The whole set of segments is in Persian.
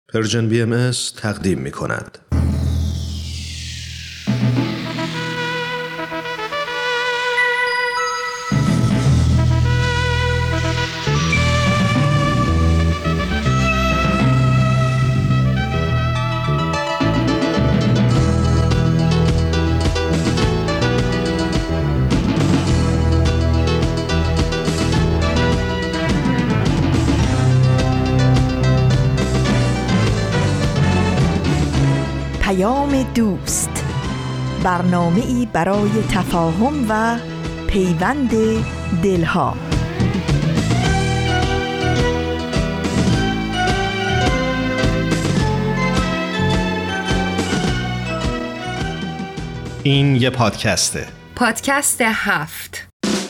پرژن BMS تقدیم می کند. دوست، برنامه‌ای برای تفاهم و پیوند دلها. این یه پادکسته. پادکست 7.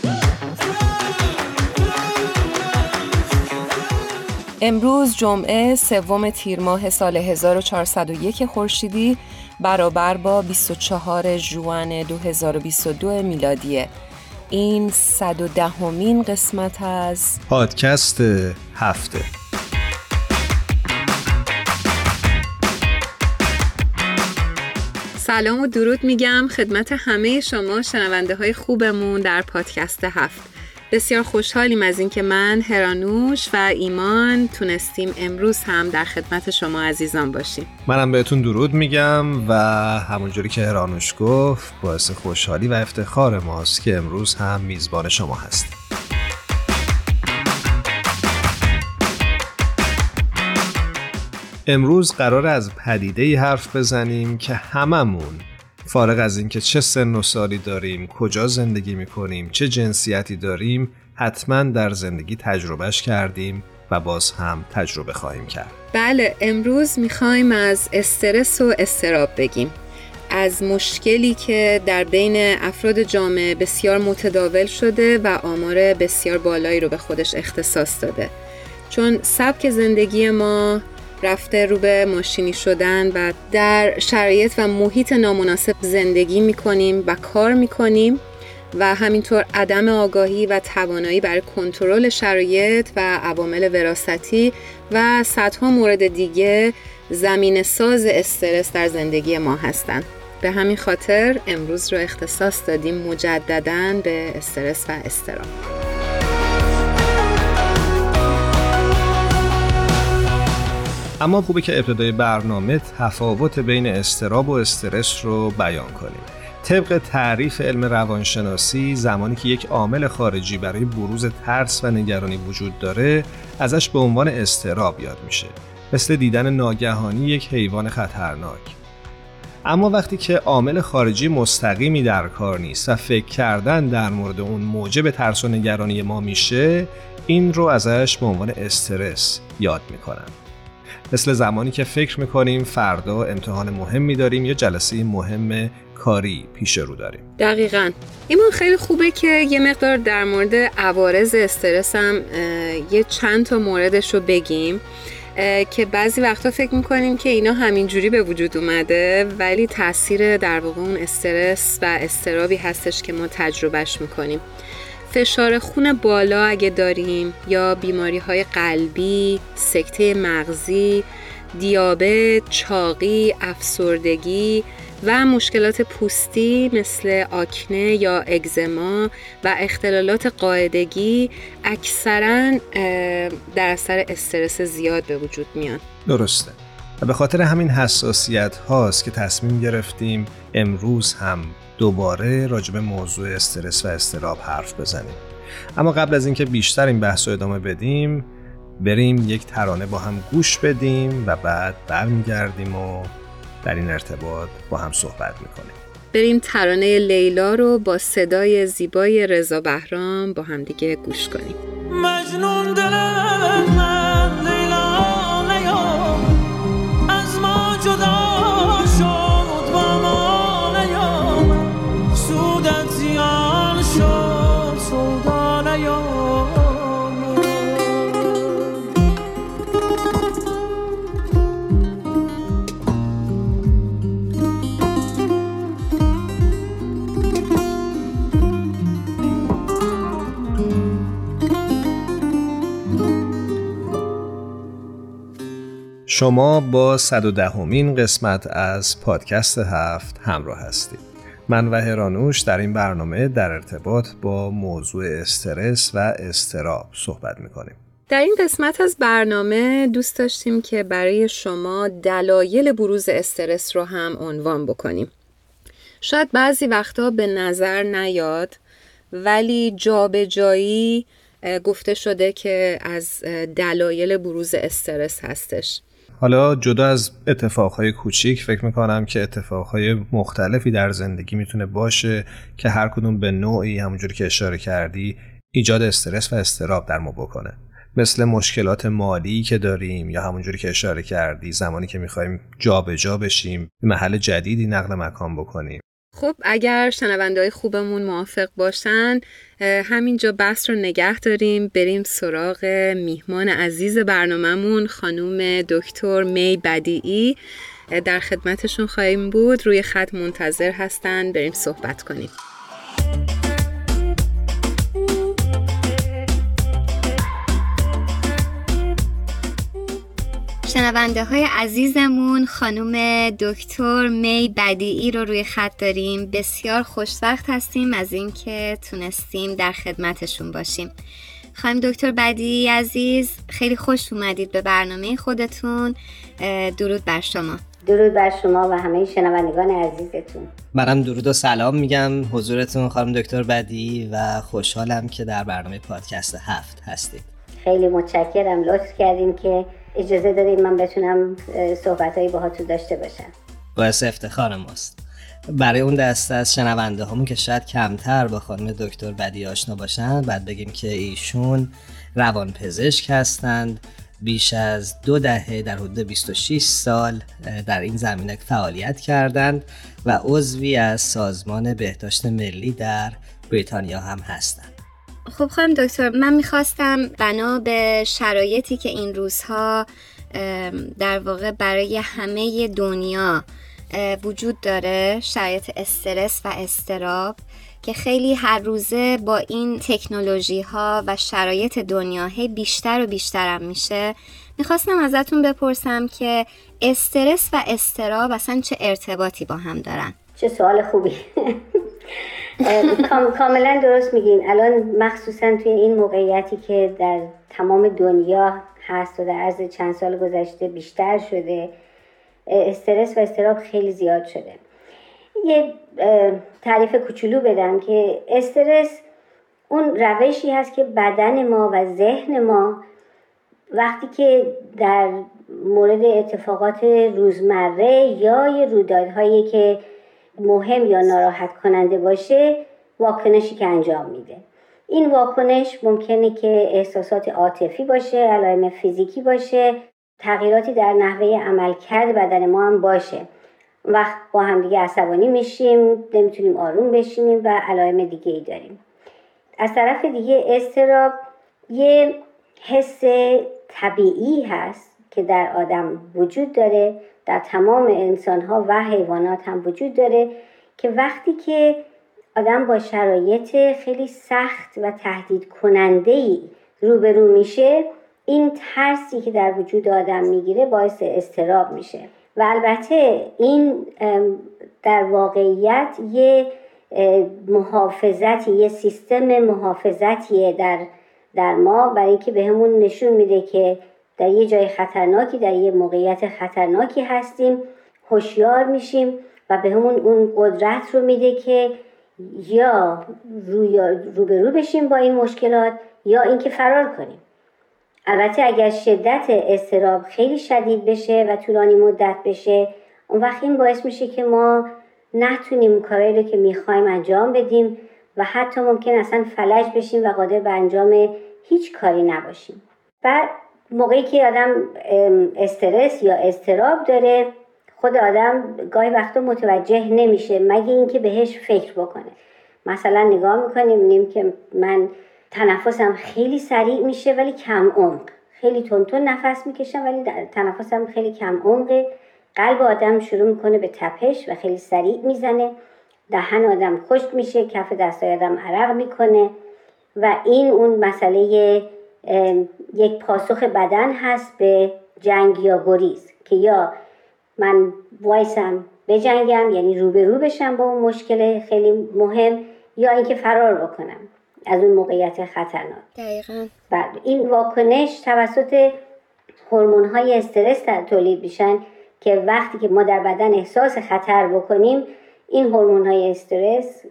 امروز جمعه 3 تیر ماه سال 1401 خورشیدی برابر با 24 ژوئن 2022 میلادیه. این 110مین قسمت از پادکست هفته. سلام و درود میگم خدمت همه شما شنونده های خوبمون در پادکست 7. بسیار خوشحالیم از اینکه من، هرانوش و ایمان تونستیم امروز هم در خدمت شما عزیزان باشیم. منم بهتون درود میگم و همونجوری که هرانوش گفت باعث خوشحالی و افتخار ماست که امروز هم میزبان شما هستیم. امروز قرار از پدیده‌ای حرف بزنیم که هممون فارغ از این که چه سن و سالی داریم، کجا زندگی میکنیم، چه جنسیتی داریم، حتما در زندگی تجربهش کردیم و باز هم تجربه خواهیم کرد. بله، امروز میخوایم از استرس و اضطراب بگیم. از مشکلی که در بین افراد جامعه بسیار متداول شده و آمار بسیار بالایی رو به خودش اختصاص داده. چون سبک زندگی ما رفته رو به ماشینی شدن و در شرایط و محیط نامناسب زندگی میکنیم و کار میکنیم و همینطور عدم آگاهی و توانایی برای کنترل شرایط و عوامل وراثتی و صدها مورد دیگه زمینه ساز استرس در زندگی ما هستند. به همین خاطر امروز رو اختصاص دادیم مجدداً به استرس و اضطراب. اما خوبه که ابتدای برنامه تفاوت بین اضطراب و استرس رو بیان کنیم. طبق تعریف علم روانشناسی، زمانی که یک عامل خارجی برای بروز ترس و نگرانی وجود داره، ازش به عنوان اضطراب یاد میشه. مثل دیدن ناگهانی یک حیوان خطرناک. اما وقتی که عامل خارجی مستقیمی در کار نیست و فکر کردن در مورد اون موجب ترس و نگرانی ما میشه، این رو ازش به عنوان استرس یاد میکنن. مثل زمانی که فکر میکنیم فردا امتحان مهمی داریم یا جلسه مهم کاری پیش رو داریم. دقیقاً. ایمان خیلی خوبه که یه مقدار در مورد عوارض استرس هم یه چند تا موردش رو بگیم که بعضی وقتا فکر میکنیم که اینا همینجوری به وجود اومده، ولی تاثیر در واقع اون استرس و اضطرابی هستش که ما تجربهش میکنیم. فشار خون بالا اگه داریم یا بیماری‌های قلبی، سکته مغزی، دیابت، چاقی، افسردگی و مشکلات پوستی مثل آکنه یا اگزما و اختلالات قاعدگی اکثراً در اثر استرس زیاد به وجود میان. درسته. و به خاطر همین حساسیت هاست که تصمیم گرفتیم امروز هم دوباره راجع به موضوع استرس و اضطراب حرف بزنیم. اما قبل از اینکه بیشتر این بحث رو ادامه بدیم، بریم یک ترانه با هم گوش بدیم و بعد برمیگردیم و در این ارتباط با هم صحبت میکنیم. بریم ترانه لیلا رو با صدای زیبای رضا بهرام با هم دیگه گوش کنیم. مجنون دلم من لیلا نیا، از ما جدا شد با ما نیا، سودت زیان شد سودا نیا. شما با 110مین قسمت از پادکست 7 همراه هستید. من و هرانوش در این برنامه در ارتباط با موضوع استرس و اضطراب صحبت میکنیم. در این قسمت از برنامه دوست داشتیم که برای شما دلایل بروز استرس رو هم عنوان بکنیم. شاید بعضی وقتا به نظر نیاد، ولی جابجایی گفته شده که از دلایل بروز استرس هستش. حالا جدا از اتفاقهای کوچیک فکر میکنم که اتفاقهای مختلفی در زندگی میتونه باشه که هر کدوم به نوعی همونجوری که اشاره کردی ایجاد استرس و اضطراب در ما بکنه. مثل مشکلات مالی که داریم یا همونجوری که اشاره کردی زمانی که میخوایم جابجا بشیم، محل جدیدی نقل مکان بکنیم. خب اگر شنونده‌های خوبمون موافق باشن همینجا بحث رو نگه داریم، بریم سراغ میهمان عزیز برنامه‌مون خانم دکتر می بدیعی. در خدمتشون خواهیم بود، روی خط منتظر هستن، بریم صحبت کنیم. شنونده های عزیزمون خانم دکتر می بدیعی رو روی خط داریم. بسیار خوشوقت هستیم از اینکه تونستیم در خدمتشون باشیم. خانم دکتر بدیعی عزیز، خیلی خوش اومدید به برنامه خودتون. درود بر شما. درود بر شما و همه شنوندگان عزیزتون. منم درود و سلام میگم حضورتون خانم دکتر بدیعی و خوشحالم که در برنامه پادکست 7 هستید. خیلی متشکرم، لطف کردین که اجازه دادید من بتونم صحبتایی باهاتون داشته باشم. باعث افتخار ماست. برای اون دسته از شنونده همون که شاید کمتر با خانم دکتر بدیعی آشنا باشن، بعد بگیم که ایشون روانپزشک هستند. بیش از 2 دهه در حدود 26 سال در این زمینه فعالیت کردند و عضوی از سازمان بهداشت ملی در بریتانیا هم هستند. خب خانم دکتر، من میخواستم بنا به شرایطی که این روزها در واقع برای همه دنیا وجود داره، شرایط استرس و اضطراب که خیلی هر روزه با این تکنولوژی ها و شرایط دنیا بیشتر و بیشتر هم میشه، میخواستم ازتون بپرسم که استرس و اضطراب اصلا چه ارتباطی با هم دارن؟ چه سوال خوبی. کاملا درست میگین. الان مخصوصا توی این موقعیتی که در تمام دنیا هست و در عرض چند سال گذشته بیشتر شده، استرس و اضطراب خیلی زیاد شده. یه تعریف کوچولو بدم که استرس اون روشی هست که بدن ما و ذهن ما وقتی که در مورد اتفاقات روزمره یا یه رویدادهایی که مهم یا ناراحت کننده باشه واکنشی که انجام میده. این واکنش ممکنه که احساسات عاطفی باشه، علائم فیزیکی باشه، تغییراتی در نحوه عملکرد بدن ما هم باشه. وقت با هم دیگه عصبانی میشیم، نمیتونیم آروم بشینیم و علائم دیگه ای داریم. از طرف دیگه اضطراب یه حس طبیعی هست که در آدم وجود داره، در تمام انسان‌ها و حیوانات هم وجود داره، که وقتی که آدم با شرایط خیلی سخت و تهدید کننده‌ای روبرو میشه، این ترسی که در وجود آدم میگیره باعث اضطراب میشه. و البته این در واقعیت یه محافظتی، یه سیستم محافظتیه در ما، برای اینکه بهمون نشون میده که در یه جای خطرناکی، در یه موقعیت خطرناکی هستیم، هوشیار میشیم و بهمون اون قدرت رو میده که یا روبرو بشیم با این مشکلات یا اینکه فرار کنیم. البته اگر شدت اضطراب خیلی شدید بشه و طولانی مدت بشه، اون وقت این باعث میشه که ما نتونیم کارهایی رو که میخوایم انجام بدیم و حتی ممکن اصلا فلج بشیم و قادر به انجام هیچ کاری نباشیم. بعد موقعی که آدم استرس یا اضطراب داره، خود آدم گاهی وقتا متوجه نمیشه مگه اینکه بهش فکر بکنه. مثلا نگاه میکنیم که من تنفسم خیلی سریع میشه ولی کم عمق، خیلی تون نفس میکشم ولی تنفسم خیلی کم عمقه. قلب آدم شروع میکنه به تپش و خیلی سریع میزنه، دهن آدم خشک میشه، کف دستای آدم عرق میکنه و این اون مسئله یک پاسخ بدن هست به جنگ یا گریز. که یا من وایسم بجنگم، یعنی روبرو بشم با اون مشکل خیلی مهم، یا اینکه فرار بکنم از اون موقعیت خطرناک. دقیقاً. بعد این واکنش توسط هورمون‌های استرس تولید میشن که وقتی که ما در بدن احساس خطر بکنیم، این هورمون‌های استرس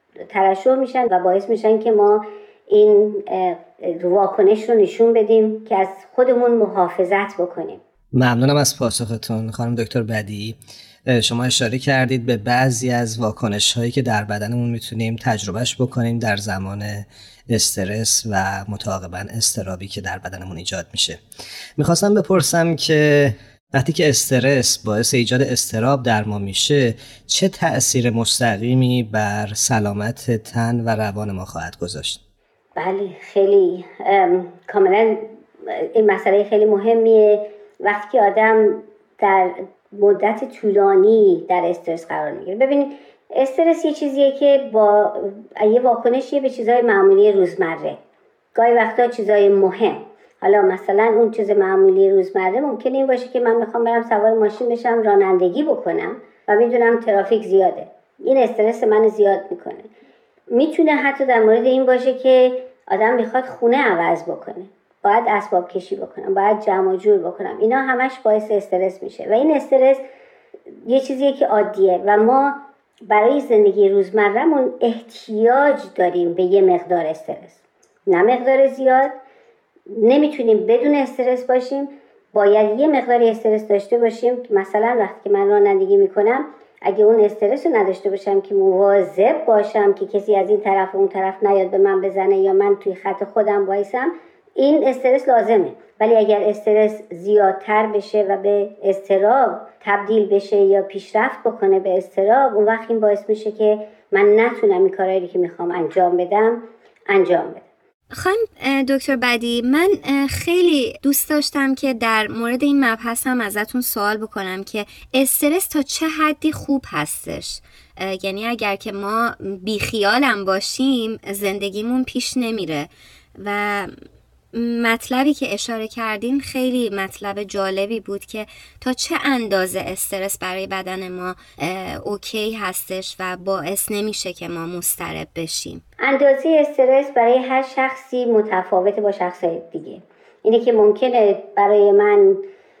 ترشح میشن و باعث میشن که ما این واکنش رو نشون بدیم که از خودمون محافظت بکنیم. ممنونم از پاسختون خانم دکتر بدیعی. شما اشاره کردید به بعضی از واکنش هایی که در بدنمون میتونیم تجربهش بکنیم در زمان استرس و متعاقباً اضطرابی که در بدنمون ایجاد میشه. میخواستم بپرسم که وقتی که استرس باعث ایجاد اضطراب در ما میشه، چه تأثیر مستقیمی بر سلامت تن و روان ما خواهد گذاشت؟ بله، خیلی کاملا این مسئله خیلی مهمیه. وقتی که آدم در مدت طولانی در استرس قرار میگیره، ببینید استرس یه چیزیه که با یه واکنشیه به چیزهای معمولی روزمره، گاهی وقتا چیزهای مهم. حالا مثلا اون چیز معمولی روزمره ممکنه این باشه که من میخوام برم سوار ماشین بشم رانندگی بکنم و میدونم ترافیک زیاده، این استرس من زیاد میکنه. میتونه حتی در مورد این باشه که آدم میخواد خونه عوض بکنه، باید اسباب کشی بکنم، باید جمع و جور بکنم، اینا همش باعث استرس میشه و این استرس یه چیزیه که عادیه و ما برای زندگی روزمره‌مون احتیاج داریم به یه مقدار استرس، نه مقدار زیاد. نمیتونیم بدون استرس باشیم، باید یه مقدار استرس داشته باشیم. مثلا وقتی که من رانندگی میکنم، اگه اون استرس رو نداشته باشم که مواظب باشم که کسی از این طرف و اون طرف نیاد به من بزنه یا من توی خط خودم وایسم، این استرس لازمه. ولی اگر استرس زیادتر بشه و به اضطراب تبدیل بشه یا پیشرفت بکنه به اضطراب، اون وقت این باعث میشه که من نتونم این کارهایی که میخوام انجام بدم. خانم دکتر بدیعی، من خیلی دوست داشتم که در مورد این مبحث هم ازتون سوال بکنم که استرس تا چه حدی خوب هستش؟ یعنی اگر که ما بیخیالم باشیم زندگیمون پیش نمیره و مطلبی که اشاره کردین خیلی مطلب جالبی بود که تا چه اندازه استرس برای بدن ما اوکی هستش و باعث نمیشه که ما مضطرب بشیم. اندازه استرس برای هر شخصی متفاوته با شخص دیگه. اینه که ممکنه برای من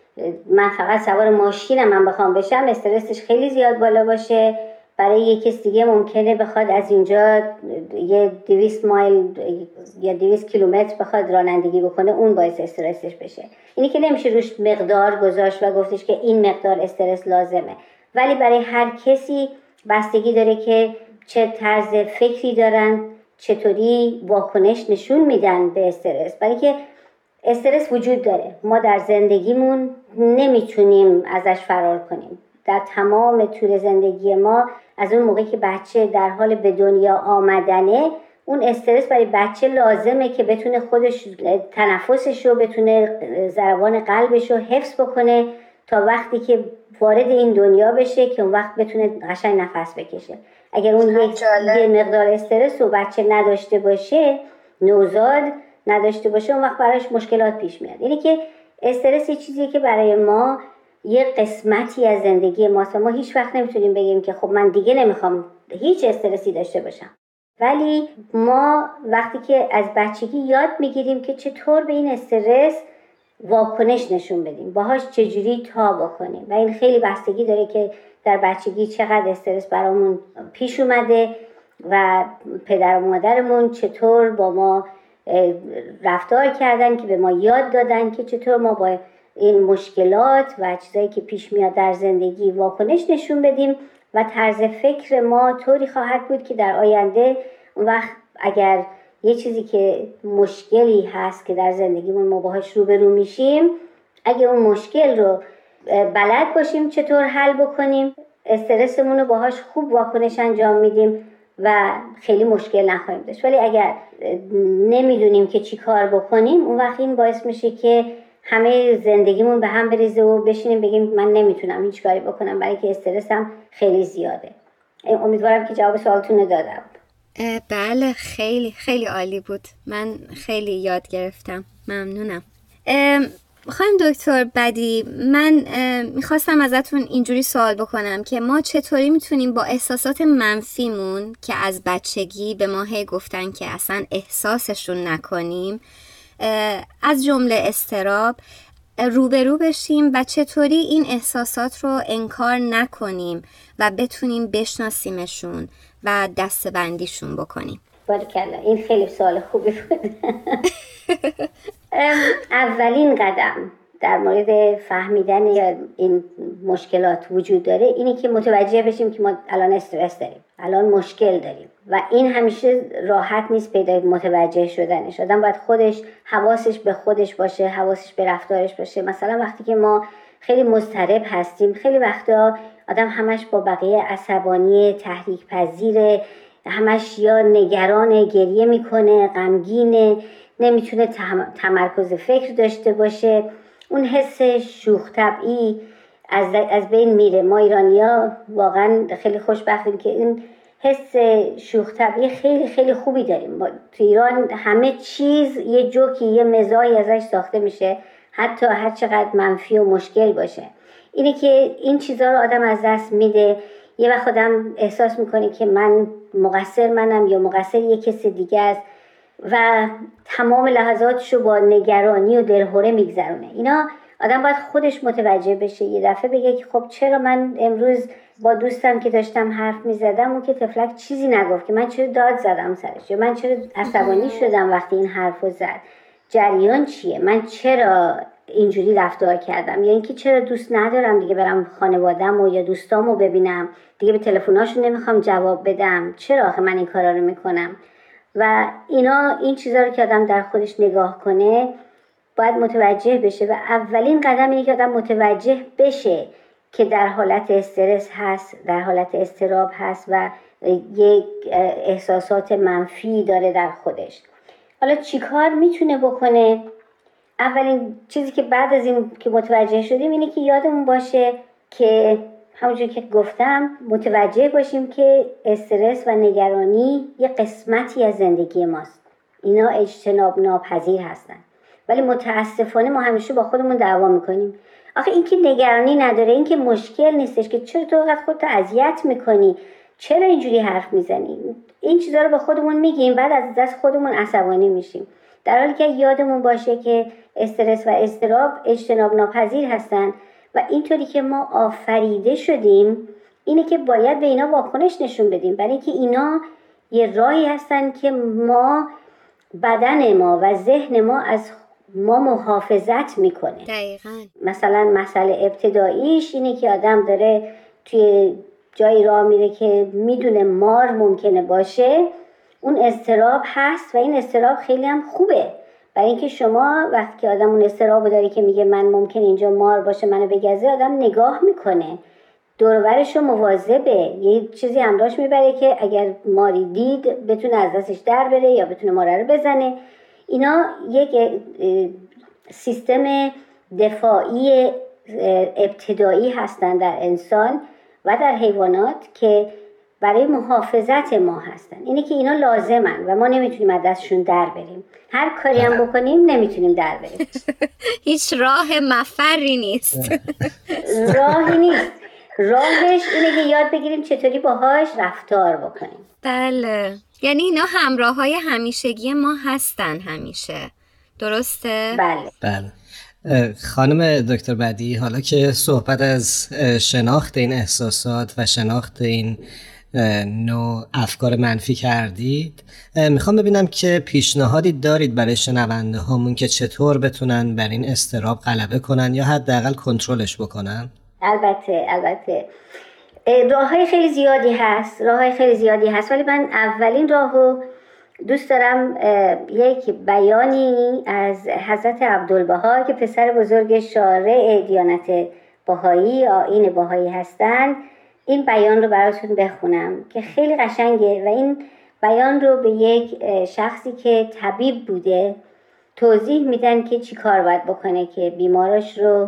فقط سوار ماشینم من بخوام بشم استرسش خیلی زیاد بالا باشه، برای یک کس دیگه ممکنه بخواد از اینجا یه 200 مایل یا 200 کیلومتر بخواد رانندگی بکنه، اون باعث استرسش بشه. اینی که نمیشه روش مقدار گذاشت و گفتش که این مقدار استرس لازمه، ولی برای هر کسی بستگی داره که چه طرز فکری دارن، چطوری واکنش نشون میدن به استرس. برای که استرس وجود داره، ما در زندگیمون نمیتونیم ازش فرار کنیم. در تمام طول زندگی ما، از اون موقعی که بچه در حال به دنیا آمدنه، اون استرس برای بچه لازمه که بتونه خودش تنفسش رو، بتونه ضربان قلبش رو حفظ بکنه تا وقتی که وارد این دنیا بشه که اون وقت بتونه قشنگ نفس بکشه. اگر اون یه مقدار استرس رو بچه نداشته باشه، نوزاد نداشته باشه، اون وقت براش مشکلات پیش میاد. یعنی که استرس یه چیزیه که برای ما یه قسمتی از زندگی ماست و ما هیچ وقت نمیتونیم بگیم که خب من دیگه نمیخوام هیچ استرسی داشته باشم. ولی ما وقتی که از بچگی یاد میگیریم که چطور به این استرس واکنش نشون بدیم، باهاش چجوری تا بکنیم و این خیلی بستگی داره که در بچگی چقدر استرس برامون پیش اومده و پدر و مادرمون چطور با ما رفتار کردن که به ما یاد دادن که چطور ما با این مشکلات و چیزایی که پیش میاد در زندگی واکنش نشون بدیم و طرز فکر ما طوری خواهد بود که در آینده اون وقت اگر یه چیزی که مشکلی هست که در زندگیمون ما باهاش روبرو میشیم، اگه اون مشکل رو بلد باشیم چطور حل بکنیم، استرسمون رو باهاش خوب واکنش انجام میدیم و خیلی مشکل نخواهیم داشت. ولی اگر نمیدونیم که چی کار بکنیم، اون وقت این باعث میشه که همه زندگیمون به هم بریزه و بشینیم بگیم من نمیتونم هیچ کاری بکنم برای که استرسم خیلی زیاده. امیدوارم که جواب سوالتون رو دادم. بله، خیلی خیلی عالی بود. من خیلی یاد گرفتم. ممنونم. خانم دکتر بدی، من میخواستم ازتون اینجوری سوال بکنم که ما چطوری میتونیم با احساسات منفیمون که از بچگی به ما هی گفتن که اصلا احساسشون نکنیم، از جمله اضطراب، روبرو بشیم و چطوری این احساسات رو انکار نکنیم و بتونیم بشناسیمشون و دسته‌بندیشون بکنیم. باریکلا، این خیلی سوال خوبی بود. اولین قدم در مورد فهمیدن یا این مشکلات وجود داره اینه که متوجه بشیم که ما الان استرس داریم، الان مشکل داریم و این همیشه راحت نیست پیدا متوجه شدنش. آدم باید خودش حواسش به خودش باشه، حواسش به رفتارش باشه. مثلا وقتی که ما خیلی مضطرب هستیم، خیلی وقتا آدم همش با بقیه عصبانی، تحریک پذیره، همش یا نگران، گریه میکنه، غمگینه، نمیتونه تمرکز فکر داشته باشه. اون حس شوخ طبعی از بین میره. ما ایرانی‌ها واقعا خیلی خوشبختیم که این حس شوخ طبعی خیلی خیلی خوبی داریم. ما تو ایران همه چیز یه جوکی، یه مزاحی ازش ساخته میشه، حتی هر چقدر منفی و مشکل باشه. اینه که این چیزا رو آدم از دست میده. یه وقت آدم احساس میکنه که من مقصر منم یا مقصر یه کس دیگه است و تمام لحظاتشو با نگرانی و دلهره میگذرونه. اینا آدم باید خودش متوجه بشه، یه دفعه بگه که خب چرا من امروز با دوستم که داشتم حرف میزدم اون که تفلک چیزی نگفت، که من چرا داد زدم سرش، یا من چرا عصبانی شدم وقتی این حرفو زد، جریان چیه، من چرا اینجوری رفتار کردم، یا اینکه چرا دوست ندارم دیگه برم خانواده‌مو یا دوستامو ببینم، دیگه به تلفن‌هاشون نمیخوام جواب بدم، چرا آخه من این کارا رو میکنم. و این چیزا رو که آدم در خودش نگاه کنه باید متوجه بشه و اولین قدم اینه که آدم متوجه بشه که در حالت استرس هست، در حالت اضطراب هست و یک احساسات منفی داره در خودش. حالا چیکار میتونه بکنه؟ اولین چیزی که بعد از این که متوجه شدیم اینه که یادمون باشه که همونجور که گفتم متوجه باشیم که استرس و نگرانی یه قسمتی از زندگی ماست. اینا اجتناب ناپذیر هستن، ولی متاسفانه ما همیشه با خودمون دعوا میکنیم. آخه این که نگرانی نداره، این که مشکل نیستش، که چرا تو وقت خودت اذیت میکنی، چرا اینجوری حرف میزنی، این چیزا رو به خودمون میگیم، بعد از دست خودمون عصبانی میشیم. در حالی که یادمون باشه که استرس و اضطراب اجتناب ناپذیر هستن و اینطوری که ما آفریده شدیم اینه که باید به اینا واکنش نشون بدیم، برای اینکه اینا یه راهی هستن که ما بدن ما و ذهن ما از ما محافظت میکنه. دقیقاً. مثلا مسئله ابتداییش اینه که آدم داره توی جایی راه میره که میدونه مار ممکنه باشه، اون اضطراب هست و این اضطراب خیلی هم خوبه، برای اینکه شما وقتی که آدم اون اضطراب داره که میگه من ممکنه اینجا مار باشه منو بگزه، آدم نگاه میکنه، دور و برش رو مواظبه، یه چیزی همراهش میبره که اگر ماری دید بتونه از دستش در بره یا بتونه ماره رو بزنه. اینا یک سیستم دفاعی ابتدایی هستن در انسان و در حیوانات که برای محافظت ما هستن. اینه که اینا لازمن و ما نمیتونیم از دستشون در بریم. هر کاری هم بکنیم نمیتونیم در بریم. هیچ راه مفری نیست. راهی نیست. راهش اینه که یاد بگیریم چطوری باهاش رفتار بکنیم. بله، یعنی اینا همراه های همیشگی ما هستن همیشه. درسته؟ بله. خانم دکتر بدی، حالا که صحبت از شناخت این احساسات و شناخت این نوع افکار منفی کردید، میخوام ببینم که پیشنهادی دارید برای شنونده هامون که چطور بتونن بر این اضطراب غلبه کنن یا حداقل کنترلش بکنن؟ البته راه‌های خیلی زیادی هست ولی من اولین راهو دوست دارم یک بیانی از حضرت عبدالبها که پسر بزرگ شارع دیانت بهایی، آیین بهایی هستند، این بیان رو براتون بخونم که خیلی قشنگه و این بیان رو به یک شخصی که طبیب بوده توضیح میدن که چی کار باید بکنه که بیماراش رو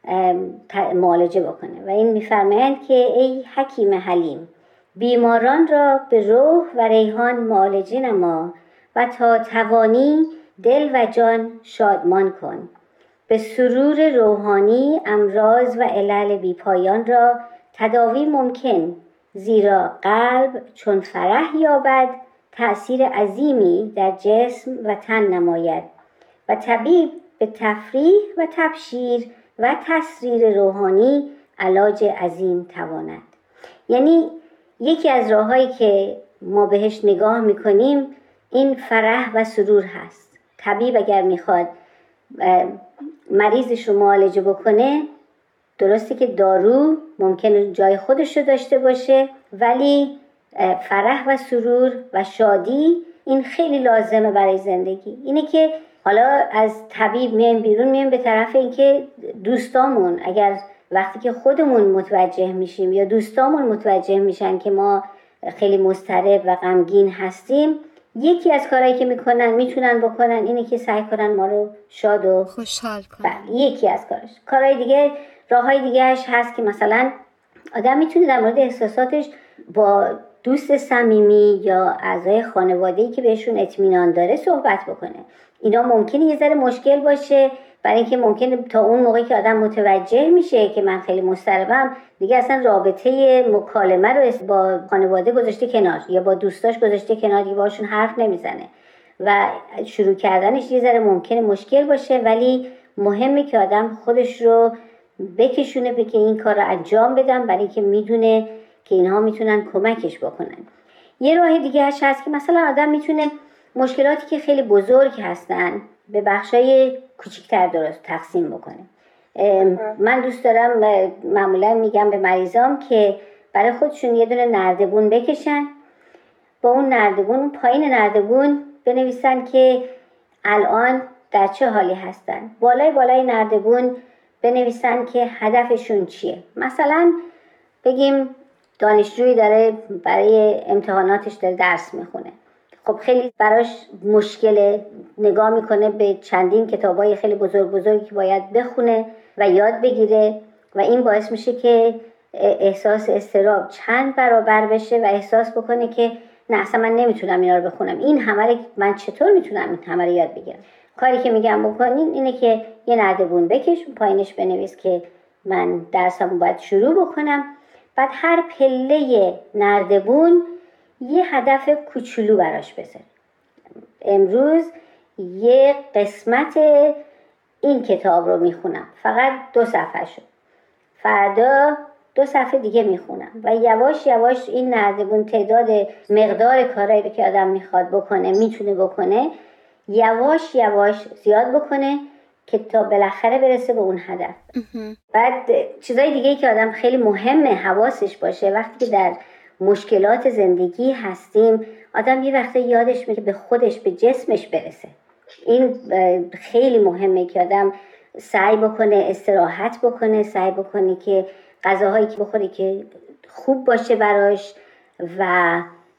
معالجه بکنه. و این میفرمایند که ای حکیم حلیم، بیماران را به روح و ریحان معالجه نما و تا توانی دل و جان شادمان کن. به سرور روحانی امراض و علل بیپایان را تداوی ممکن، زیرا قلب چون فرح یابد تأثیر عظیمی در جسم و تن نماید و طبیب به تفریح و تبشیر و تسریر روحانی علاج عظیم تواند. یعنی یکی از راهایی که ما بهش نگاه میکنیم این فرح و سرور هست. طبیب اگر میخواد مریضش رو معالجه بکنه، درسته که دارو ممکنه جای خودش رو داشته باشه، ولی فرح و سرور و شادی این خیلی لازمه برای زندگی. اینه که حالا از طبیب میایم بیرون، میایم به طرف اینکه دوستامون، اگر وقتی که خودمون متوجه میشیم یا دوستامون متوجه میشن که ما خیلی مضطرب و غمگین هستیم، یکی از کارهایی که میتونن بکنن اینه که سعی کنن ما رو شاد و خوشحال کنن. یکی از کارهای دیگه، راههای دیگهش هست که مثلا آدم میتونه در مورد احساساتش با دوست صمیمی یا اعضای خانواده‌ای که بهشون اطمینان داره صحبت بکنه. اینا ممکنه یه ذره مشکل باشه، برای اینکه ممکنه تا اون موقعی که آدم متوجه میشه که من خیلی مضطربم، دیگه اصلا رابطه مکالمه رو با خانواده گذاشته کنار یا با دوستاش گذاشته کنار، دیگه باشون حرف نمیزنه و شروع کردنش یه ذره ممکنه مشکل باشه. ولی مهمه که آدم خودش رو بکشونه به که این کار رو انجام بدم، برای اینکه میدونه که اینها میتونن کمکش بکنن. یه راه دیگه هست که مثلا آدم میتونه مشکلاتی که خیلی بزرگ هستن به بخشای کوچیک‌تر درست تقسیم بکنه. من دوست دارم معمولا میگم به مریضام که برای خودشون یه دونه نردبون بکشن، با اون نردبون، اون پایین نردبون بنویسن که الان در چه حالی هستن. بالای نردبون بنویسن که هدفشون چیه. مثلا بگیم دانشجویی داره برای امتحاناتش داره درس میخونه، خب خیلی براش مشکله، نگاه میکنه به چندین کتابای خیلی بزرگی که باید بخونه و یاد بگیره و این باعث میشه که احساس اضطراب چند برابر بشه و احساس بکنه که نه اصلا من نمیتونم اینا رو بخونم، این همه رو من چطور میتونم این همه رو یاد بگیرم. کاری که میگم بکنین اینه که یه نردبون بکش، پایینش بنویس که من درسمو باید شروع بکنم. بعد هر پله نردبون یه هدف کوچولو براش بذار. امروز یه قسمت این کتاب رو میخونم، فقط 2 صفحه شد، فردا 2 صفحه دیگه میخونم و یواش یواش این نردبون تعداد مقدار کارهایی رو که آدم میخواد بکنه میتونه بکنه، یواش یواش زیاد بکنه که تا بالاخره برسه به اون هدف. بعد چیزای دیگه که آدم خیلی مهمه حواسش باشه وقتی که در مشکلات زندگی هستیم، آدم یه وقتا یادش میره به خودش، به جسمش برسه. این خیلی مهمه که آدم سعی بکنه استراحت بکنه، سعی بکنه که غذاهایی که بخوره که خوب باشه براش و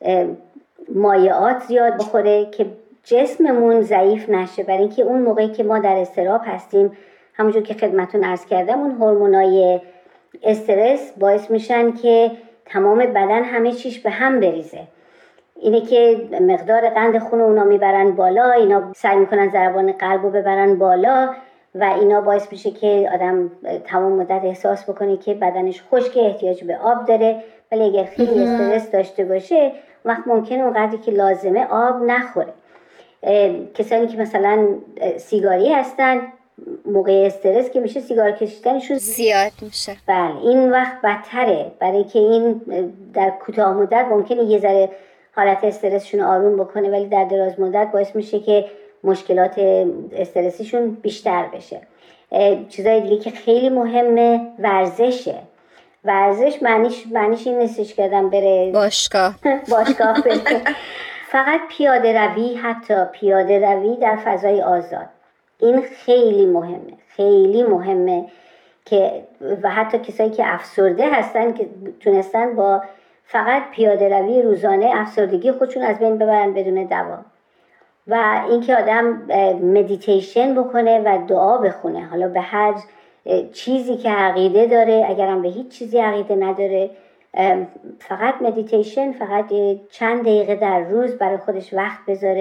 مایعات زیاد بخوره که جسممون ضعیف نشه، برای اینکه اون موقعی که ما در اضطراب هستیم، همونجور که خدمتتون عرض کردم، اون هورمونای استرس باعث میشن که تمام بدن همه چیش به هم بریزه. اینه که مقدار قند خون اونا میبرن بالا، اینا سعی میکنن ضربان قلب رو ببرن بالا و اینا باعث میشه که آدم تمام مدت احساس بکنه که بدنش خشکه، احتیاج به آب داره. ولی اگر خیلی استرس داشته باشه وقت ممکنه اونقدری که لازمه آب نخوره. کسانی که مثلا سیگاری هستن، موقع استرس که میشه سیگار کشیدنشون زیاد میشه. بله، این وقت بدتره، برای که این در کوتاه مدت ممکنه یه ذره حالت استرسشون آروم بکنه، ولی در دراز مدت باعث میشه که مشکلات استرسیشون بیشتر بشه. چیزای دیگه که خیلی مهمه ورزشه. ورزش معنیش این نیستش که آدم بره باشگاه بره. فقط پیاده روی، حتی پیاده روی در فضای آزاد، این خیلی مهمه که و حتی کسایی که افسرده هستن که تونستن با فقط پیاده روی روزانه افسردگی خودشون از بین ببرن بدون دوا. و اینکه آدم مدیتیشن بکنه و دعا بخونه، حالا به هر چیزی که عقیده داره، اگرم به هیچ چیزی عقیده نداره، فقط مدیتیشن، فقط چند دقیقه در روز برای خودش وقت بذاره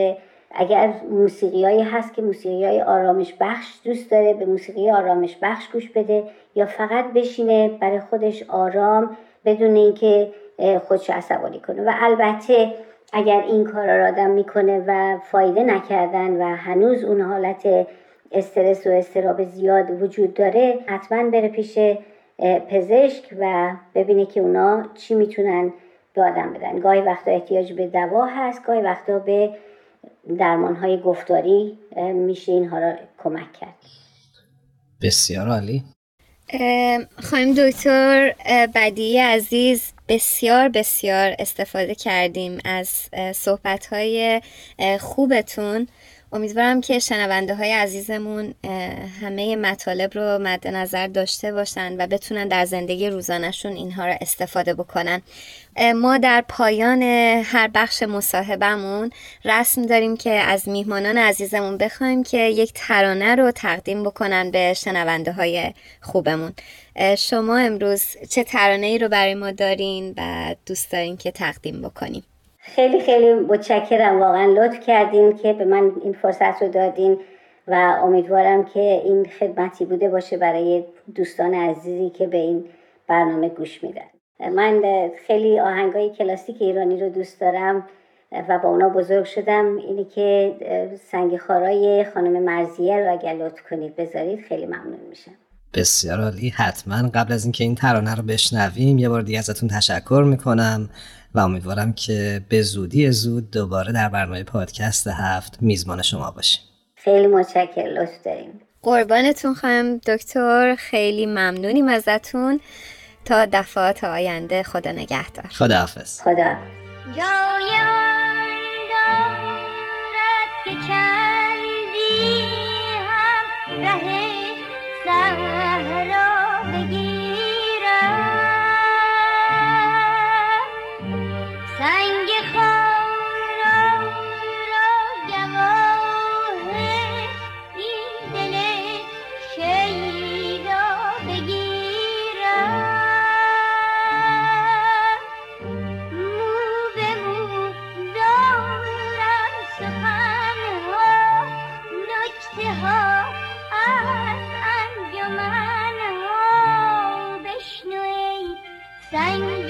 اگر موسیقیایی هست که موسیقیای آرامش بخش دوست داره، به موسیقی آرامش بخش گوش بده، یا فقط بشینه برای خودش آرام بدون اینکه خودش عصبانی کنه. و البته اگر این کارا را آدم میکنه و فایده نکردن و هنوز اون حالت استرس و اضطراب زیاد وجود داره، حتما بره پیش پزشک و ببینه که اونا چی میتونن به آدم بدن. گاهی وقتا احتیاج به دوا هست، گاهی وقتا به درمانهای گفتاری میشه اینها را کمک کرد. بسیار عالی. خانم دکتر بدیعی عزیز، بسیار بسیار استفاده کردیم از صحبت‌های خوبتون. امیدوارم که شنونده های عزیزمون همه مطالب رو مد نظر داشته باشن و بتونن در زندگی روزانه‌شون اینها رو استفاده بکنن. ما در پایان هر بخش مصاحبهمون رسم داریم که از میهمانان عزیزمون بخوایم که یک ترانه رو تقدیم بکنن به شنونده های خوبمون. شما امروز چه ترانه‌ای رو برای ما دارین و دوست دارین که تقدیم بکنیم؟ خیلی خیلی متشکرم، واقعا لطف کردین که به من این فرصت رو دادین و امیدوارم که این خدمتی بوده باشه برای دوستان عزیزی که به این برنامه گوش میدن. من خیلی آهنگای کلاسیک ایرانی رو دوست دارم و با اونا بزرگ شدم. اینی که سنگ خارای خانم مرضیه رو اگر لطف کنید بذارید خیلی ممنون میشم. بسیار عالی. حتما قبل از اینکه این ترانه رو بشنویم یه بار دیگه ازتون تشکر میکنم و امیدوارم که به زودی زود دوباره در برنامه پادکست 7 میزبان شما باشیم. خیلی متشکرم، لطف دارین. قربانتون خانم دکتر، خیلی ممنونیم ازتون. تا دفعات آینده، خدا نگهدار. خداحافظ. خدا. که چندی هم ره صحرا بگیرم، سنگ خارا را گواه این دل شیدا بگیرم، مو به مو دارم سخنها، نکته ها از انجمنها، بشنو ای سنگ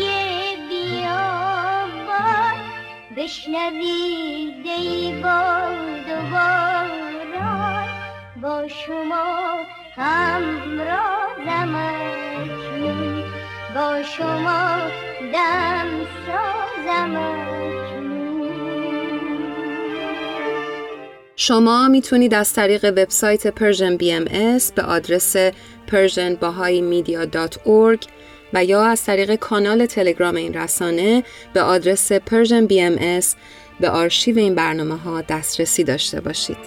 بیابان، بشنوی دی باد و باران، با شما همرازم اکنون، با شما دم سازم اکنون. شما میتونید از طریق وبسایت Persian BMS به آدرس persianbahaimedia.org و یا از طریق کانال تلگرام این رسانه به آدرس Persian BMS به آرشیو این برنامه‌ها دسترسی داشته باشید.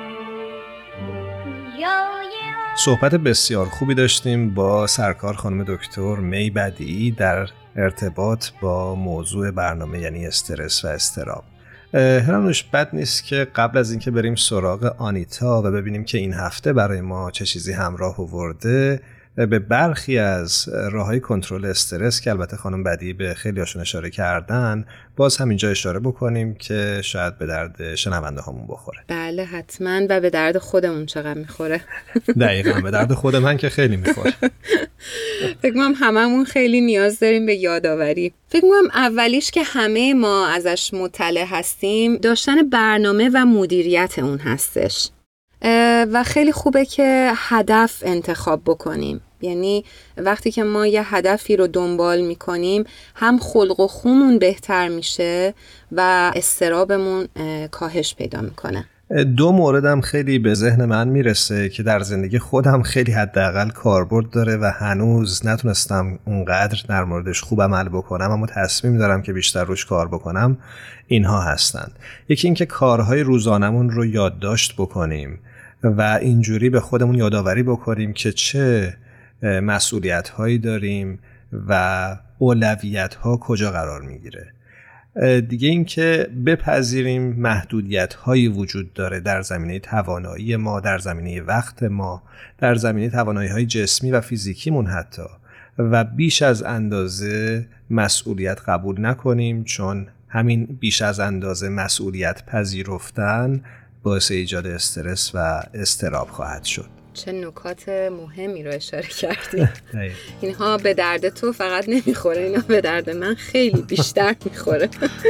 صحبت بسیار خوبی داشتیم با سرکار خانم دکتر می بدیعی در ارتباط با موضوع برنامه، یعنی استرس و اضطراب. هرانوش بد نیست که قبل از اینکه بریم سراغ آنیتا و ببینیم که این هفته برای ما چه چیزی همراه آورده، به برخی از راههای کنترل استرس که البته خانم بدیعی به خیلی هاشون اشاره کردن، باز هم اینجا اشاره بکنیم که شاید به درد شنونده هامون بخوره. بله حتما، و به درد خودمون چقدر میخوره. دقیقاً به درد خود من که خیلی میخوره. فکر کنم هممون خیلی نیاز داریم به یادآوری. فکر کنم اولیش که همه ما ازش مطلع هستیم داشتن برنامه و مدیریت اون هستش و خیلی خوبه که هدف انتخاب بکنیم. یعنی وقتی که ما یه هدفی رو دنبال میکنیم هم خلق و خومون بهتر میشه و اضطرابمون کاهش پیدا میکنه. دو موردم خیلی به ذهن من میرسه که در زندگی خودم خیلی حداقل کاربرد داره و هنوز نتونستم اونقدر در موردش خوب عمل بکنم، اما تصمیم دارم که بیشتر روش کار بکنم. اینها هستند: یکی این که کارهای روزانمون رو یادداشت بکنیم و اینجوری به خودمون یادآوری بکنیم که چه مسئولیت‌هایی داریم و اولویت‌ها کجا قرار میگیره. دیگه این که بپذیریم محدودیت‌هایی وجود داره در زمینه توانایی ما، در زمینه وقت ما، در زمینه توانایی‌های جسمی و فیزیکیمون حتی، و بیش از اندازه مسئولیت قبول نکنیم، چون همین بیش از اندازه مسئولیت پذیرفتن باعث ایجاد استرس و اضطراب خواهد شد. چه نکات مهمی رو اشاره کردی. اینها به درد تو فقط نمیخوره، اینا به درد من خیلی بیشتر میخوره.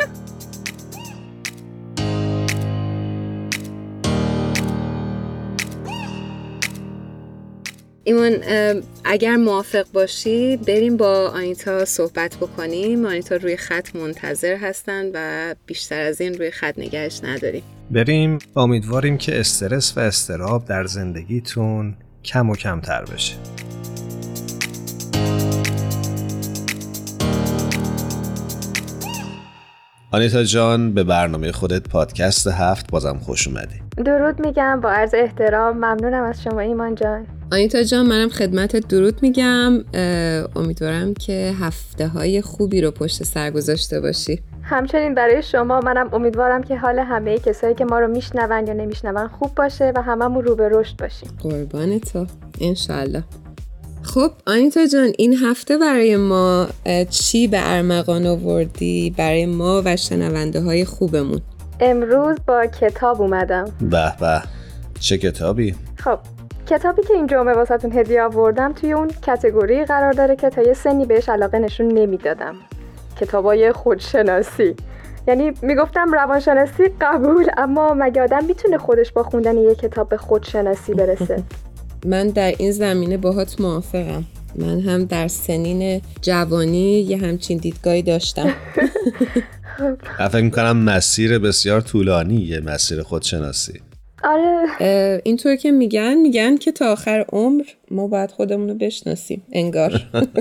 ایمان، اگر موافق باشی بریم با آنیتا صحبت بکنیم. آنیتا روی خط منتظر هستن و بیشتر از این روی خط نگهش نداریم. بریم. امیدواریم که استرس و اضطراب در زندگیتون کم و کمتر بشه. آنیتا جان، به برنامه خودت پادکست 7 بازم خوش اومدی. درود میگم، با عرض احترام. ممنونم از شما ایمان جان. آنیتا جان، منم خدمتت درود میگم. امیدوارم که هفته‌های خوبی رو پشت سر گذاشته باشی. همچنین برای شما. منم امیدوارم که حال همه کسایی که ما رو میشنون یا نمیشنون خوب باشه و هممون رو به رشد باشیم. قربان تو، انشالله. خب آنیتا جان، این هفته برای ما چی به ارمغان آوردی برای ما و شنونده های خوبمون؟ امروز با کتاب اومدم. به به، چه کتابی؟ خب کتابی که این جمعه واسهتون هدیه آوردم توی اون کاتگوری قرار داره که تا یه سنی بهش علاقه نشون نمیدادم. کتابای خودشناسی. یعنی میگفتم روانشناسی قبول، اما مگه آدم میتونه خودش با خوندن یه کتاب به خودشناسی برسه؟ من در این زمینه باهات موافقم. من هم در سنین جوانی یه همچین دیدگاهی داشتم. فکر میکنم مسیر بسیار طولانیه مسیر خودشناسی. آره، اینطور که میگن که تا آخر عمر ما باید خودمونو بشناسیم انگار.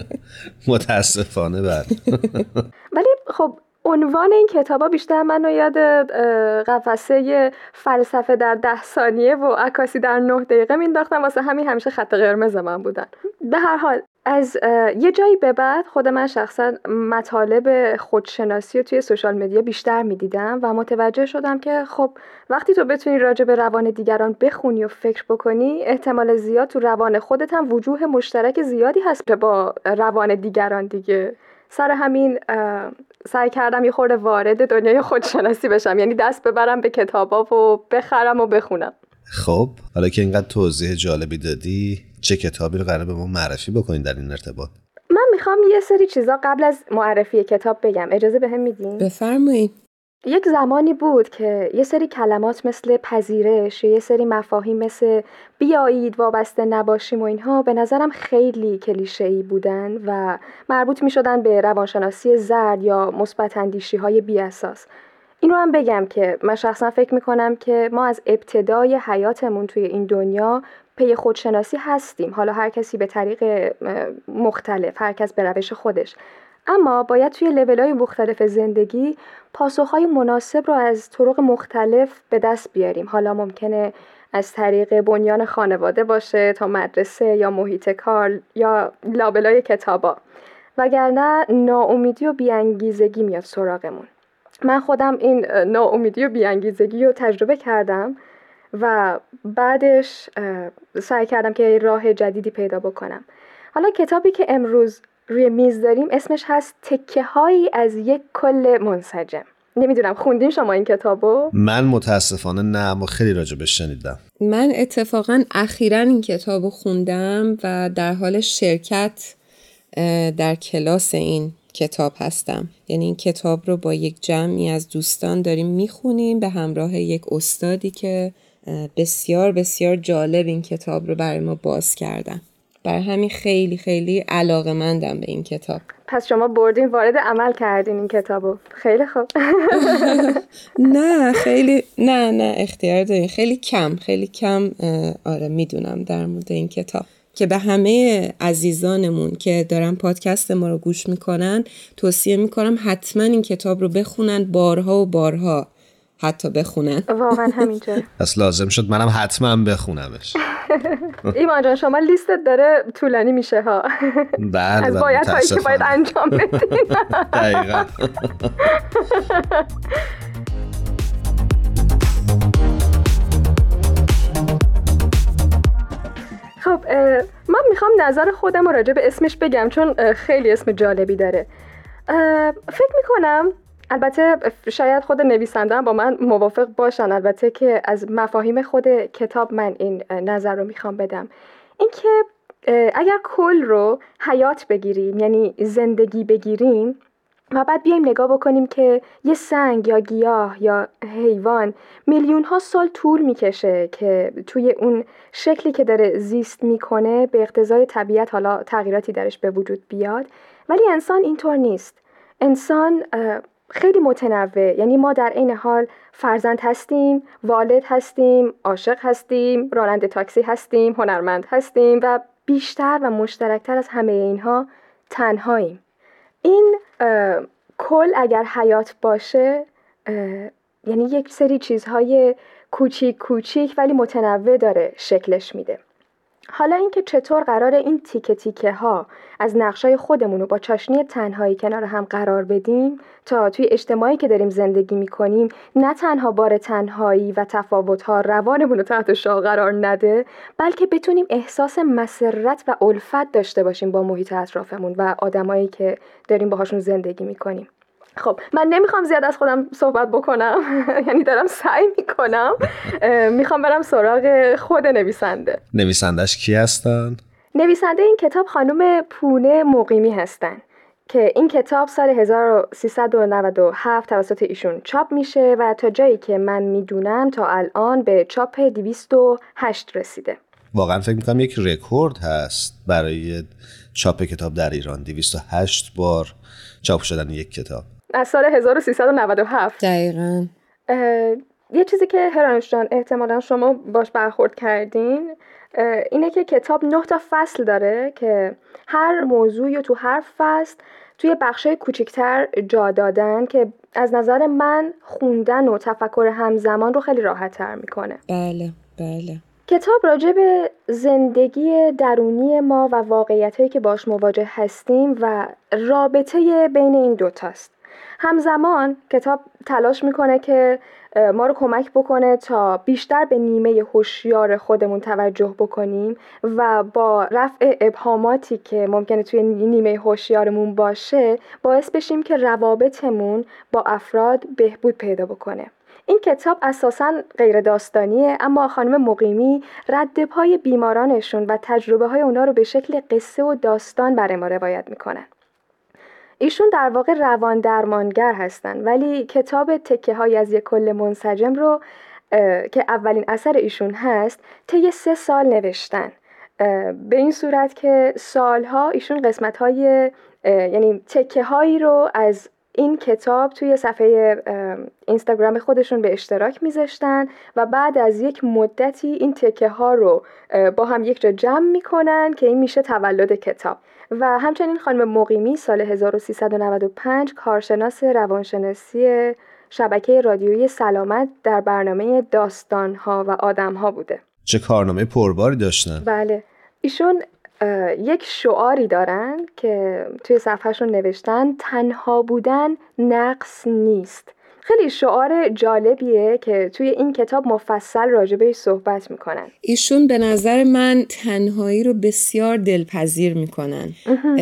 متاسفانه بله. ولی خب عنوان این کتابا بیشتر منو یاد قفسه فلسفه در 10 ثانیه و عکاسی در 9 دقیقه مینداختم. واسه همین همیشه خط قرمز من بودن. به هر حال از یه جایی به بعد خود من شخصا مطالب خودشناسی رو توی سوشال مدیا بیشتر میدیدم و متوجه شدم که خب وقتی تو بتونی راجع به روان دیگران بخونی و فکر بکنی، احتمال زیاد تو روان خودت هم وجوه مشترک زیادی هست با روان دیگران دیگه. سر همین سعی کردم یه خورده وارد دنیای خودشناسی بشم، یعنی دست ببرم به کتابا و بخرم و بخونم. خب حالا که اینقدر توضیح جالبی دادی، چه کتابی رو قراره به ما معرفی بکنین در این ارتباط؟ من میخوام یه سری چیزا قبل از معرفی کتاب بگم. اجازه بهم میدین؟ بفرمایید. یک زمانی بود که یه سری کلمات مثل پذیرش، یه سری مفاهیم مثل بیایید، وابسته نباشیم و اینها به نظرم خیلی کلیشه‌ای بودن و مربوط می‌شدن به روانشناسی زرد یا مثبت اندیشی‌های بی‌اساس. این رو هم بگم که من شخصا فکر می‌کنم که ما از ابتدای حیاتمون توی این دنیا پی خودشناسی هستیم. حالا هر کسی به طریق مختلف، هر کس به روش خودش. اما باید توی لول‌های مختلف زندگی پاسخ‌های مناسب رو از طرق مختلف به دست بیاریم. حالا ممکنه از طریق بنیان خانواده باشه تا مدرسه یا محیط کار یا لابلای کتابا، وگرنه ناامیدی و بی‌انگیزگی میاد سراغمون. من خودم این ناامیدی و بی‌انگیزگی رو تجربه کردم و بعدش سعی کردم که راه جدیدی پیدا بکنم. حالا کتابی که امروز روی میز داریم اسمش هست تکه‌هایی از یک کل منسجم. نمیدونم خوندین شما این کتابو؟ من متاسفانه نه، اما خیلی راجبش شنیدم. من اتفاقا اخیراً این کتابو خوندم و در حال شرکت در کلاس این کتاب هستم. یعنی این کتاب رو با یک جمعی از دوستان داریم میخونیم به همراه یک استادی که بسیار بسیار جالب این کتاب رو برای ما باز کردن. برای همین خیلی خیلی علاقه‌مندم به این کتاب. پس شما بردین وارد عمل کردین این کتابو. خیلی خوب. نه خیلی نه اختیار دارین. خیلی کم آره میدونم در مورد این کتاب که به همه عزیزانمون که دارن پادکست ما رو گوش میکنن توصیه میکنم حتما این کتاب رو بخونن، بارها و بارها حتی بخونن. واقعا همینطور. پس لازم شد منم حتما بخونمش. ایمان جان شما لیستت داره طولانی میشه ها. بله از بایدهایی که باید انجام بدین. دقیقا. خب من میخوام نظر خودم رو راجع به اسمش بگم چون خیلی اسم جالبی داره. فکر میکنم البته شاید خود نویسنده هم با من موافق باشن، البته که از مفاهیم خود کتاب من این نظر رو میخوام بدم، اینکه اگر کل رو حیات بگیریم، یعنی زندگی بگیریم و بعد بیایم نگاه بکنیم که یه سنگ یا گیاه یا حیوان میلیون ها سال طول میکشه که توی اون شکلی که داره زیست میکنه به اقتضای طبیعت حالا تغییراتی درش به وجود بیاد، ولی انسان اینطور نیست. انسان خیلی متنوع، یعنی ما در این حال فرزند هستیم، والد هستیم، عاشق هستیم، راننده تاکسی هستیم، هنرمند هستیم و بیشتر و مشترکتر از همه اینها تنهاییم. این کل اگر حیات باشه یعنی یک سری چیزهای کوچیک کوچیک ولی متنوع داره شکلش میده. حالا اینکه چطور قراره این تیکه تیکه ها از نقشای خودمون رو با چاشنی تنهایی کنار هم قرار بدیم تا توی اجتماعی که داریم زندگی میکنیم نه تنها بار تنهایی و تفاوت ها روانمون رو تحت شعاع قرار نده، بلکه بتونیم احساس مسرت و الفت داشته باشیم با محیط اطرافمون و آدمایی که داریم باهاشون زندگی میکنیم. خب من نمیخوام زیاد از خودم صحبت بکنم یعنی دارم سعی میکنم، میخوام برم سراغ خود نویسنده. نویسندش کی هستن؟ نویسنده این کتاب خانم پونه مقیمی هستن که این کتاب سال 1397 توسط ایشون چاپ میشه و تا جایی که من میدونم تا الان به چاپ 208 رسیده. واقعا فکر میکنم یک رکورد هست برای چاپ کتاب در ایران، 208 بار چاپ شدن یک کتاب از سال 1397. دقیقاً. یه چیزی که هرانوش جان احتمالاً شما باش برخورد کردین اینه که کتاب 9 تا فصل داره که هر موضوعی رو تو هر فصل توی بخشای کوچکتر جا دادن که از نظر من خوندن و تفکر همزمان رو خیلی راحت تر میکنه. بله. کتاب راجع به زندگی درونی ما و واقعیتایی که باش مواجه هستیم و رابطه بین این دوتاست. همزمان کتاب تلاش میکنه که ما رو کمک بکنه تا بیشتر به نیمه هوشیار خودمون توجه بکنیم و با رفع ابهاماتی که ممکنه توی نیمه هوشیارمون باشه باعث بشیم که روابطمون با افراد بهبود پیدا بکنه. این کتاب اساساً غیر داستانیه، اما خانم مقیمی رد پای بیمارانشون و تجربه های اونا رو به شکل قصه و داستان برای ما روایت میکنن. ایشون در واقع روان درمانگر هستن، ولی کتاب تکه های از یک کل منسجم رو که اولین اثر ایشون هست طی 3 سال نوشتن، به این صورت که سالها ایشون قسمت های یعنی تکه هایی رو از این کتاب توی صفحه اینستاگرام خودشون به اشتراک میذاشتن و بعد از یک مدتی این تکه ها رو با هم یک جا جمع میکنن که این میشه تولد کتاب. و همچنین خانم مقیمی سال 1395 کارشناس روانشناسی شبکه رادیویی سلامت در برنامه داستان‌ها و آدم‌ها بوده. چه کارنامه پرباری داشتن. بله. ایشون یک شعاری دارن که توی صفحهشون نوشتن تنها بودن نقص نیست. خیلی شعار جالبیه که توی این کتاب مفصل راجبش صحبت میکنن. ایشون به نظر من تنهایی رو بسیار دلپذیر میکنن.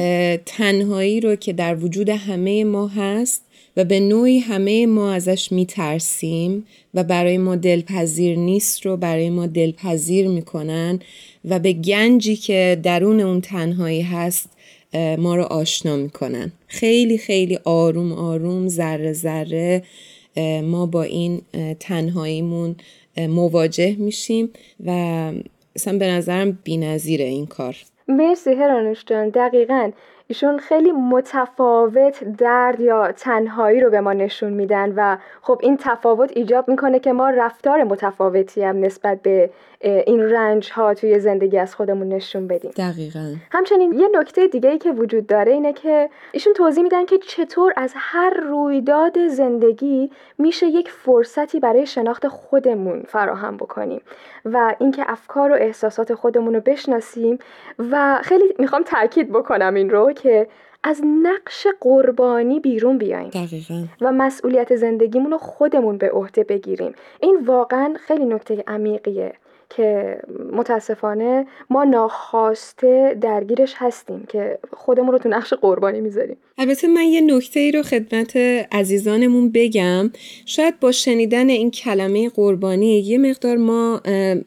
تنهایی رو که در وجود همه ما هست و به نوعی همه ما ازش میترسیم و برای ما دلپذیر نیست رو برای ما دلپذیر میکنن و به گنجی که درون اون تنهایی هست ما رو آشنا میکنن. خیلی خیلی آروم آروم ذره ذره ما با این تنهاییمون مواجه میشیم و اصلا به نظرم بی‌نظیره این کار. مرسی هرانوش جان. دقیقاً ایشون خیلی متفاوت درد یا تنهایی رو به ما نشون میدن و خب این تفاوت ایجاب میکنه که ما رفتار متفاوتی هم نسبت به این رنج ها توی زندگی از خودمون نشون بدیم. دقیقاً. همچنین یه نکته دیگه‌ای که وجود داره اینه که ایشون توضیح میدن که چطور از هر رویداد زندگی میشه یک فرصتی برای شناخت خودمون فراهم بکنیم و اینکه افکار و احساسات خودمون رو بشناسیم و خیلی میخوام تاکید بکنم این رو که از نقش قربانی بیرون بیاییم. دقیقاً. و مسئولیت زندگیمون رو خودمون به عهده بگیریم. این واقعاً خیلی نکته عمیقیه که متاسفانه ما ناخواسته درگیرش هستیم که خودمون رو تو نقش قربانی میذاریم. البته من یه نکته ای رو خدمت عزیزانمون بگم. شاید با شنیدن این کلمه قربانی یه مقدار ما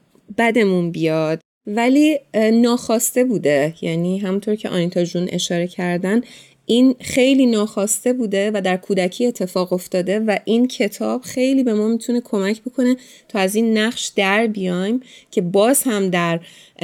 بدمون بیاد، ولی ناخواسته بوده. یعنی همونطور که آنیتا جون اشاره کردن، این خیلی ناخواسته بوده و در کودکی اتفاق افتاده و این کتاب خیلی به ما میتونه کمک بکنه تا از این نقش در بیایم که باز هم در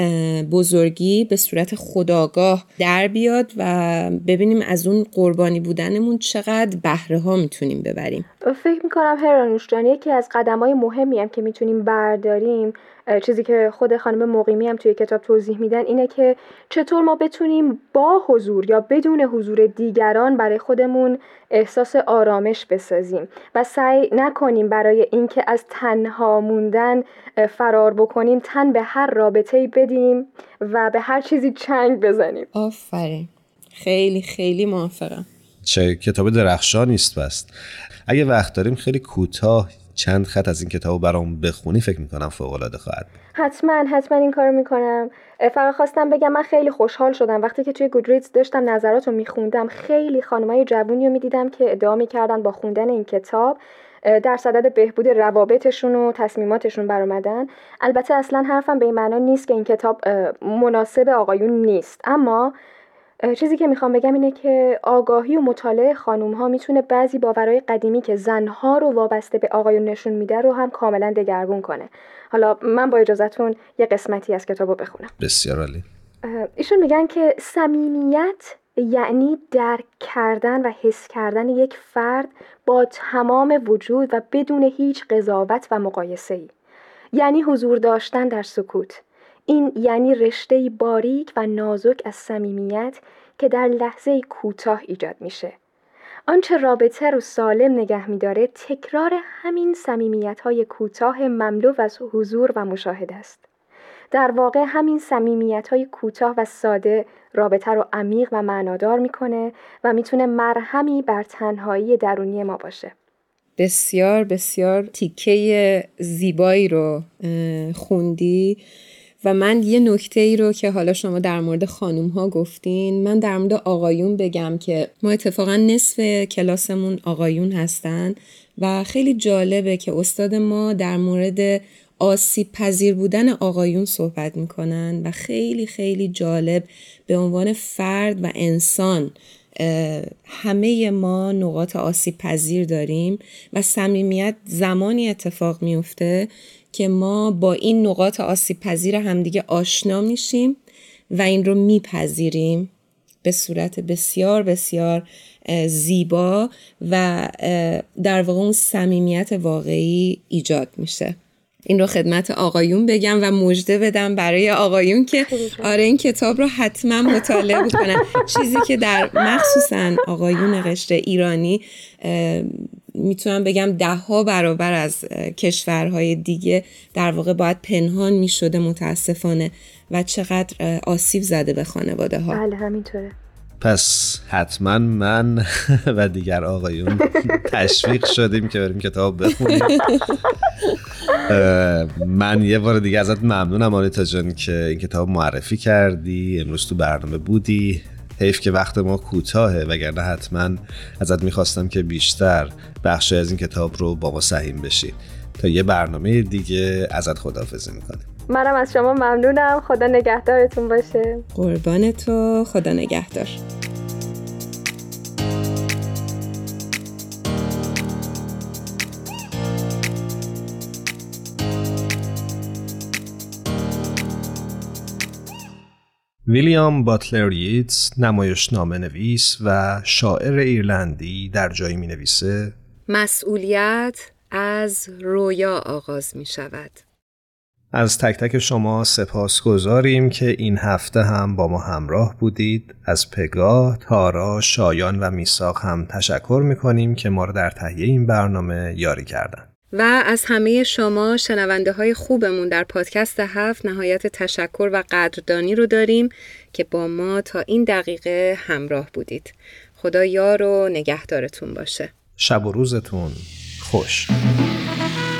بزرگی به صورت خودآگاه در بیاد و ببینیم از اون قربانی بودنمون چقدر بهره ها میتونیم ببریم. فکر میکنم هرانوش جان یکی از قدم‌های مهمی هم که میتونیم برداریم، چیزی که خود خانم مقیمی هم توی کتاب توضیح میدن، اینه که چطور ما بتونیم با حضور یا بدون حضور دیگران برای خودمون احساس آرامش بسازیم و سعی نکنیم برای اینکه از تنها موندن فرار بکنیم تن به هر رابطه‌ای بدیم و به هر چیزی چنگ بزنیم. آفرین، خیلی خیلی موافقم. چه کتاب درخشانی است. بس اگه وقت داریم خیلی کوتاه چند خط از این کتابو برام بخونی فکر میکنم فوق‌العاده خواهد. حتما این کارو میکنم. فقط خواستم بگم من خیلی خوشحال شدم وقتی که توی گودریدز داشتم نظراتو میخوندم. خیلی خانمای جوونی رو میدیدم که ادعا میکردن با خوندن این کتاب در صدد بهبود روابطشون و تصمیماتشون برآمدن. البته اصلا حرفم به این معنا نیست که این کتاب مناسب آقایون نیست، اما چیزی که میخوام بگم اینه که آگاهی و مطالعه خانوم‌ها میتونه بعضی باورهای قدیمی که زنها رو وابسته به آقایون نشون میده رو هم کاملا دگرگون کنه. حالا من با اجازهتون یه قسمتی از کتابو بخونم. بسیار عالی. ایشون میگن که صمیمیت یعنی درک کردن و حس کردن یک فرد با تمام وجود و بدون هیچ قضاوت و مقایسه‌ای. یعنی حضور داشتن در سکوت. این یعنی رشته‌ای باریک و نازک از صمیمیت که در لحظه کوتاه ایجاد میشه. آنچه رابطه رو سالم نگه می‌داره تکرار همین صمیمیت‌های کوتاه مملو از حضور و مشاهده است. در واقع همین صمیمیت‌های کوتاه و ساده رابطه رو عمیق و معنادار میکنه و میتونه مرهمی بر تنهایی درونی ما باشه. بسیار بسیار تیکه زیبایی رو خوندی و من یه نکته ای رو که حالا شما در مورد خانوم ها گفتین، من در مورد آقایون بگم که ما اتفاقا نصف کلاسمون آقایون هستن و خیلی جالبه که استاد ما در مورد آسیب پذیر بودن آقایون صحبت میکنن و خیلی خیلی جالب به عنوان فرد و انسان همه ما نقاط آسیب پذیر داریم و صمیمیت زمانی اتفاق میفته که ما با این نقاط آسیب پذیر همدیگه آشنا میشیم و این رو میپذیریم به صورت بسیار بسیار زیبا و در واقع اون صمیمیت واقعی ایجاد میشه. این رو خدمت آقایون بگم و مژده بدم برای آقایون که آره این کتاب رو حتما مطالعه بکنن. چیزی که در مخصوصا آقایون قشر ایرانی میتونم بگم 10 برابر از کشورهای دیگه در واقع باید پنهان میشده متاسفانه و چقدر آسیب زده به خانواده ها. بله همینطوره. پس حتما من و دیگر آقایون تشویق شدیم که بریم کتاب بخونیم. من یه بار دیگه ازت ممنونم آنیتا جان که این کتاب معرفی کردی، امروز تو برنامه بودی. حیف که وقت ما کوتاهه وگرنه حتما ازت میخواستم که بیشتر بخشی از این کتاب رو با ما سهیم بشی. تا یه برنامه دیگه ازت خداحافظی میکنیم. منم از شما ممنونم. خدا نگهدارتون باشه. قربان تو، خدا نگهدار. ویلیام باتلر ییتس، نمایشنامه نویس و شاعر ایرلندی، در جایی می نویسه: مسئولیت از رویا آغاز می شود. از تک تک شما سپاسگزاریم که این هفته هم با ما همراه بودید. از پگاه، تارا، شایان و میثاق هم تشکر میکنیم که ما رو در تهیه این برنامه یاری کردن. و از همه شما شنونده های خوبمون در پادکست 7 نهایت تشکر و قدردانی رو داریم که با ما تا این دقیقه همراه بودید. خدا یار و نگهدارتون باشه. شب و روزتون خوش.